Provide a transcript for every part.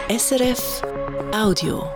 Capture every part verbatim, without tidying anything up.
S R F Audio.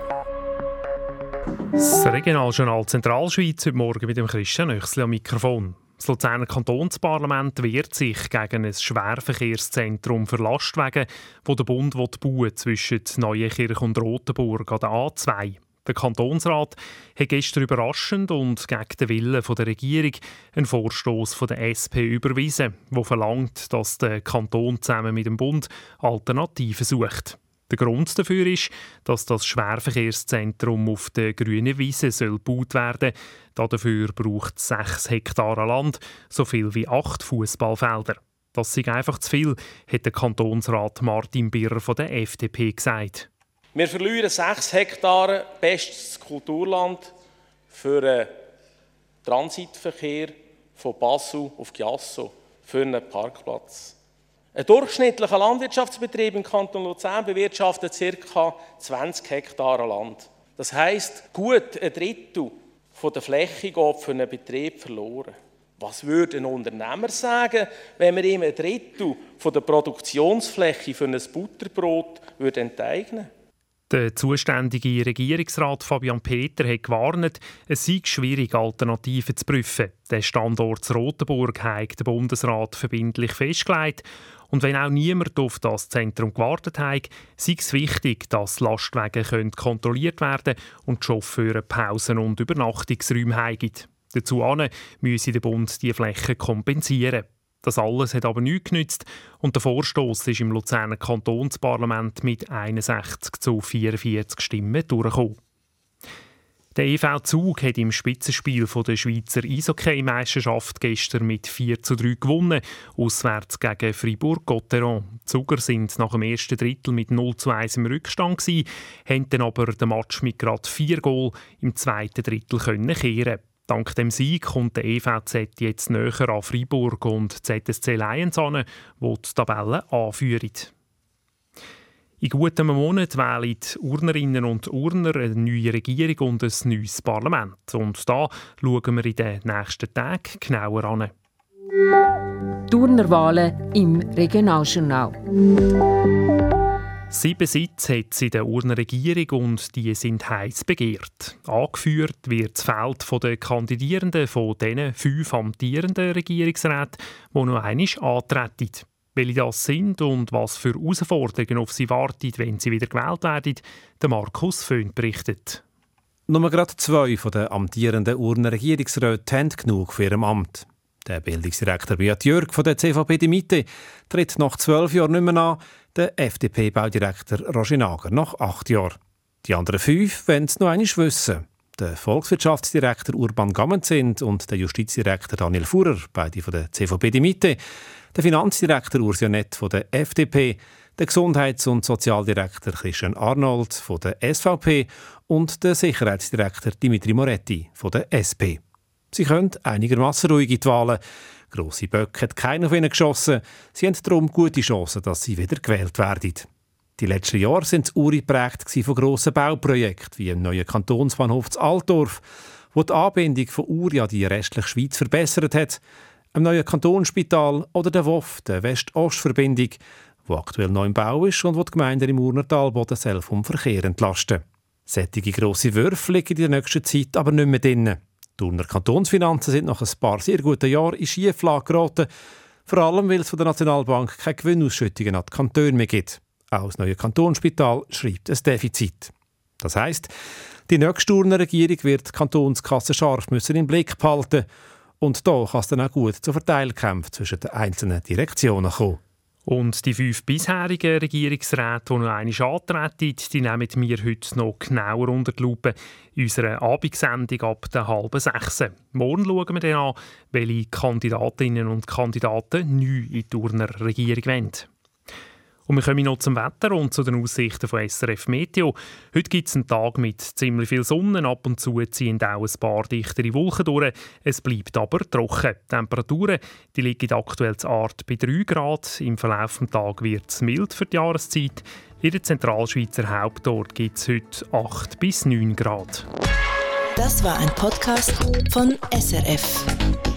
Das Regionaljournal Zentralschweiz heute Morgen mit dem Christian Nöchsli am Mikrofon. Das Luzerner Kantonsparlament wehrt sich gegen ein Schwerverkehrszentrum für Lastwagen, das der Bund bauen zwischen Neuenkirch und Rotenburg an der A zwei. Der Kantonsrat hat gestern überraschend und gegen den Willen der Regierung einen Vorstoss von der S P überwiesen, der verlangt, dass der Kanton zusammen mit dem Bund Alternativen sucht. Der Grund dafür ist, dass das Schwerverkehrszentrum auf der grünen Wiese soll gebaut werden soll. Dafür braucht es sechs Hektar Land, so viel wie acht Fußballfelder. Das sei einfach zu viel, hat der Kantonsrat Martin Birrer von der F D P gesagt. Wir verlieren sechs Hektar bestes Kulturland für einen Transitverkehr von Basel auf Chiasso, für einen Parkplatz. Ein durchschnittlicher Landwirtschaftsbetrieb im Kanton Luzern bewirtschaftet ca. zwanzig Hektar Land. Das heisst, gut ein Drittel von der Fläche geht für einen Betrieb verloren. Was würde ein Unternehmer sagen, wenn wir ihm ein Drittel von der Produktionsfläche für ein Butterbrot enteignen würde? Der zuständige Regierungsrat Fabian Peter hat gewarnt, es sei schwierig, Alternativen zu prüfen. Der Standort Rotenburg hat der Bundesrat verbindlich festgelegt. Und wenn auch niemand auf das Zentrum gewartet hat, sei es wichtig, dass Lastwagen kontrolliert werden können und die Chauffeure Pausen und Übernachtungsräume haben. Dazu müsse der Bund die Flächen kompensieren. Das alles hat aber nichts genützt und der Vorstoss ist im Luzerner Kantonsparlament mit einundsechzig zu vierundvierzig Stimmen durchgekommen. Der E V Zug hat im Spitzenspiel der Schweizer Eishockey-Meisterschaft gestern mit vier zu drei gewonnen, auswärts gegen Fribourg-Gotteron. Die Zuger sind nach dem ersten Drittel mit null zu eins im Rückstand gewesen, haben dann aber den Match mit gerade vier Goal im zweiten Drittel können kehren. Dank dem Sieg kommt der E V Z jetzt näher an Freiburg und Z S C Lions an, die die Tabelle anführen. In gutem Monat wählen die Urnerinnen und Urner eine neue Regierung und ein neues Parlament. Und da schauen wir in den nächsten Tagen genauer an. Die Urnerwahlen im Regionaljournal. Sieben Sitze hat es in der Urner Regierung und die sind heiß begehrt. Angeführt wird das Feld der Kandidierenden von diesen fünf amtierenden Regierungsräten, die noch einmal antreten. Welche das sind und was für Herausforderungen auf sie warten, wenn sie wieder gewählt werden, der Markus Föhn berichtet. Nur gerade zwei von den amtierenden Urner Regierungsräten haben genug für ihrem Amt. Der Bildungsdirektor Beat Jörg von der C V P Die Mitte tritt nach zwölf Jahren nicht mehr an, der F D P-Baudirektor Roger Nager nach acht Jahren. Die anderen fünf wollen es noch einmal wissen. Der Volkswirtschaftsdirektor Urban Gammenzind und der Justizdirektor Daniel Fuhrer, beide von der C V P Die Mitte, der Finanzdirektor Urs Janett von der F D P, der Gesundheits- und Sozialdirektor Christian Arnold von der S V P und der Sicherheitsdirektor Dimitri Moretti von der S P. Sie können einigermaßen ruhig in die Wahlen. Grosse Böcke hat keiner auf ihnen geschossen. Sie haben darum gute Chancen, dass sie wieder gewählt werden. Die letzten Jahre waren die Uri geprägt von grossen Bauprojekten, wie im neuen Kantonsbahnhof in Altdorf, wo die Anbindung von Uri an die restliche Schweiz verbessert hat, im neuen Kantonsspital oder der W O F, der West-Ost-Verbindung, die aktuell neu im Bau ist und wo die Gemeinden im Urner Talboden selbst vom Verkehr entlasten. Sättige grosse Würfe liegen in der nächsten Zeit aber nicht mehr drin. Die Urner Kantonsfinanzen sind nach ein paar sehr guten Jahren in Schieflage geraten, vor allem weil es von der Nationalbank keine Gewinnausschüttungen an die Kantone mehr gibt. Auch das neue Kantonsspital schreibt ein Defizit. Das heisst, die nächste Urner Regierung wird die Kantonskasse scharf müssen im Blick behalten und da kann es dann auch gut zu Verteilkämpfen zwischen den einzelnen Direktionen kommen. Und die fünf bisherigen Regierungsräte, die noch einmal antreten, die nehmen wir heute noch genauer unter die Lupe in unserer Abendsendung ab der halben sechs. Morgen schauen wir dann an, welche Kandidatinnen und Kandidaten neu in die Urner Regierung wollen. Und wir kommen noch zum Wetter und zu den Aussichten von S R F Meteo. Heute gibt es einen Tag mit ziemlich viel Sonne. Ab und zu ziehen auch ein paar dichtere Wolken durch. Es bleibt aber trocken. Die Temperaturen die liegen aktuell zu Art bei drei Grad. Im Verlauf des Tages wird es mild für die Jahreszeit. In der Zentralschweizer Hauptort gibt es heute acht bis neun Grad. Das war ein Podcast von S R F.